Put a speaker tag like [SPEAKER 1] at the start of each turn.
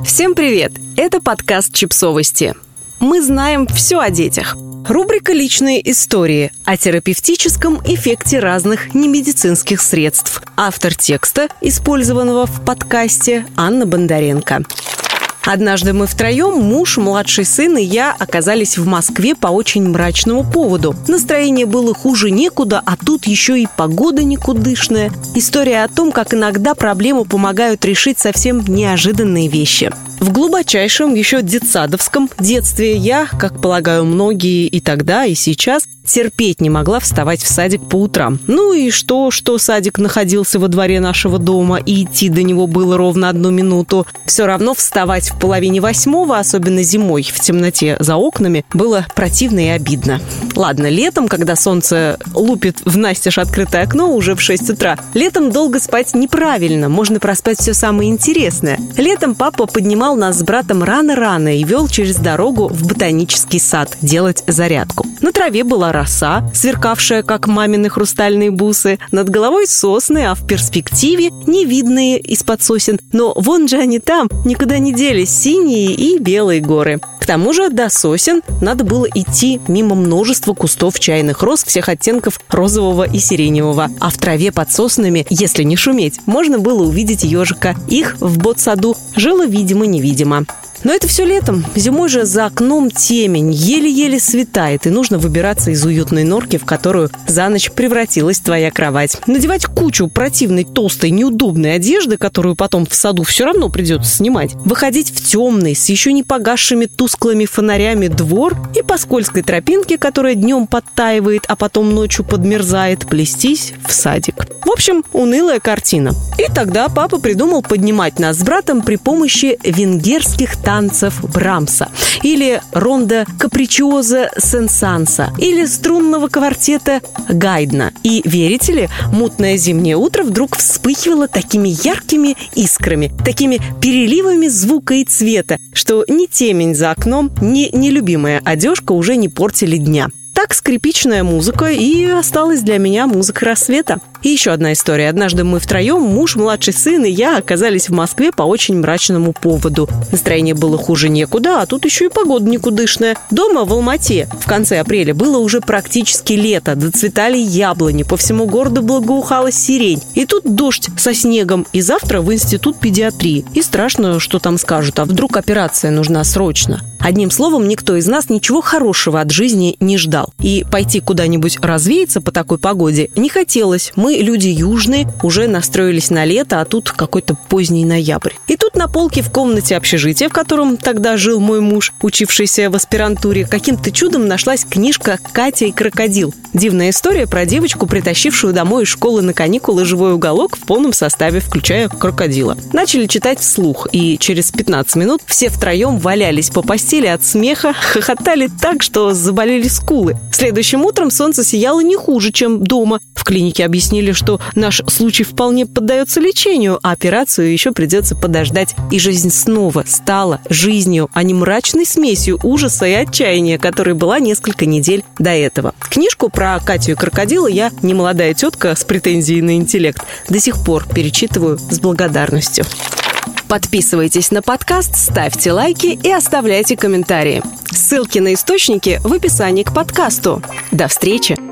[SPEAKER 1] Всем привет! Это подкаст «Чипсовости». Мы знаем все о детях. Рубрика «Личные истории» о терапевтическом эффекте разных немедицинских средств. Автор текста, использованного в подкасте, Анна Бондаренко. Однажды мы втроем, муж, младший сын и я, оказались в Москве по очень мрачному поводу. Настроение было хуже некуда, а тут еще и погода никудышная. История о том, как иногда проблему помогают решить совсем неожиданные вещи. В глубочайшем, еще детсадовском детстве я, как полагаю многие и тогда, и сейчас, терпеть не могла вставать в садик по утрам. Ну и что садик находился во дворе нашего дома, и идти до него было ровно 1 минуту. Все равно вставать в 7:30, особенно зимой, в темноте за окнами, было противно и обидно. Ладно, летом, когда солнце лупит в настежь открытое окно уже в 6 утра, летом долго спать неправильно, можно проспать все самое интересное. Летом папа поднимал нас с братом рано-рано и вел через дорогу в ботанический сад делать зарядку. На траве была роса, сверкавшая, как мамины хрустальные бусы, над головой сосны, а в перспективе невидные из-под сосен. Но вон же они там, никуда не делись, синие и белые горы. К тому же до сосен надо было идти мимо множества кустов чайных роз всех оттенков розового и сиреневого. А в траве под соснами, если не шуметь, можно было увидеть ежика. Их в ботсаду жило видимо-невидимо. Но это все летом. Зимой же за окном темень, еле-еле светает, и нужно выбираться из уютной норки, в которую за ночь превратилась твоя кровать. Надевать кучу противной, толстой, неудобной одежды, которую потом в саду все равно придется снимать. Выходить в темный, с еще не погасшими тусклыми фонарями двор и по скользкой тропинке, которая днем подтаивает, а потом ночью подмерзает, плестись в садик. В общем, унылая картина. И тогда папа придумал поднимать нас с братом при помощи венгерских танцев Брамса, или ронда капричиоза Сен-Санса, или струнного квартета Гайдна. И, верите ли, мутное зимнее утро вдруг вспыхивало такими яркими искрами, такими переливами звука и цвета, что ни темень за окном, ни нелюбимая одежка уже не портили дня. Так скрипичная музыка и осталась для меня музыкой рассвета. И еще одна история. Однажды мы втроем, муж, младший сын и я, оказались в Москве по очень мрачному поводу. Настроение было хуже некуда, а тут еще и погода никудышная. Дома в Алмате в конце апреля было уже практически лето, доцветали яблони, по всему городу благоухала сирень. И тут дождь со снегом, и завтра в институт педиатрии. И страшно, что там скажут, а вдруг операция нужна срочно. Одним словом, никто из нас ничего хорошего от жизни не ждал. И пойти куда-нибудь развеяться по такой погоде не хотелось. Мы, люди южные, уже настроились на лето, а тут какой-то поздний ноябрь. И тут на полке в комнате общежития, в котором тогда жил мой муж, учившийся в аспирантуре, каким-то чудом нашлась книжка «Катя и крокодил». Дивная история про девочку, притащившую домой из школы на каникулы живой уголок в полном составе, включая крокодила. Начали читать вслух, и через 15 минут все втроем валялись по постели от смеха, хохотали так, что заболели скулы. Следующим утром солнце сияло не хуже, чем дома. В клинике объяснили, что наш случай вполне поддается лечению, а операцию еще придется подождать. И жизнь снова стала жизнью, а не мрачной смесью ужаса и отчаяния, которой была несколько недель до этого. Книжку про Катю и крокодила я, немолодая тетка с претензией на интеллект, до сих пор перечитываю с благодарностью. Подписывайтесь на подкаст, ставьте лайки и оставляйте комментарии. Ссылки на источники в описании к подкасту. До встречи!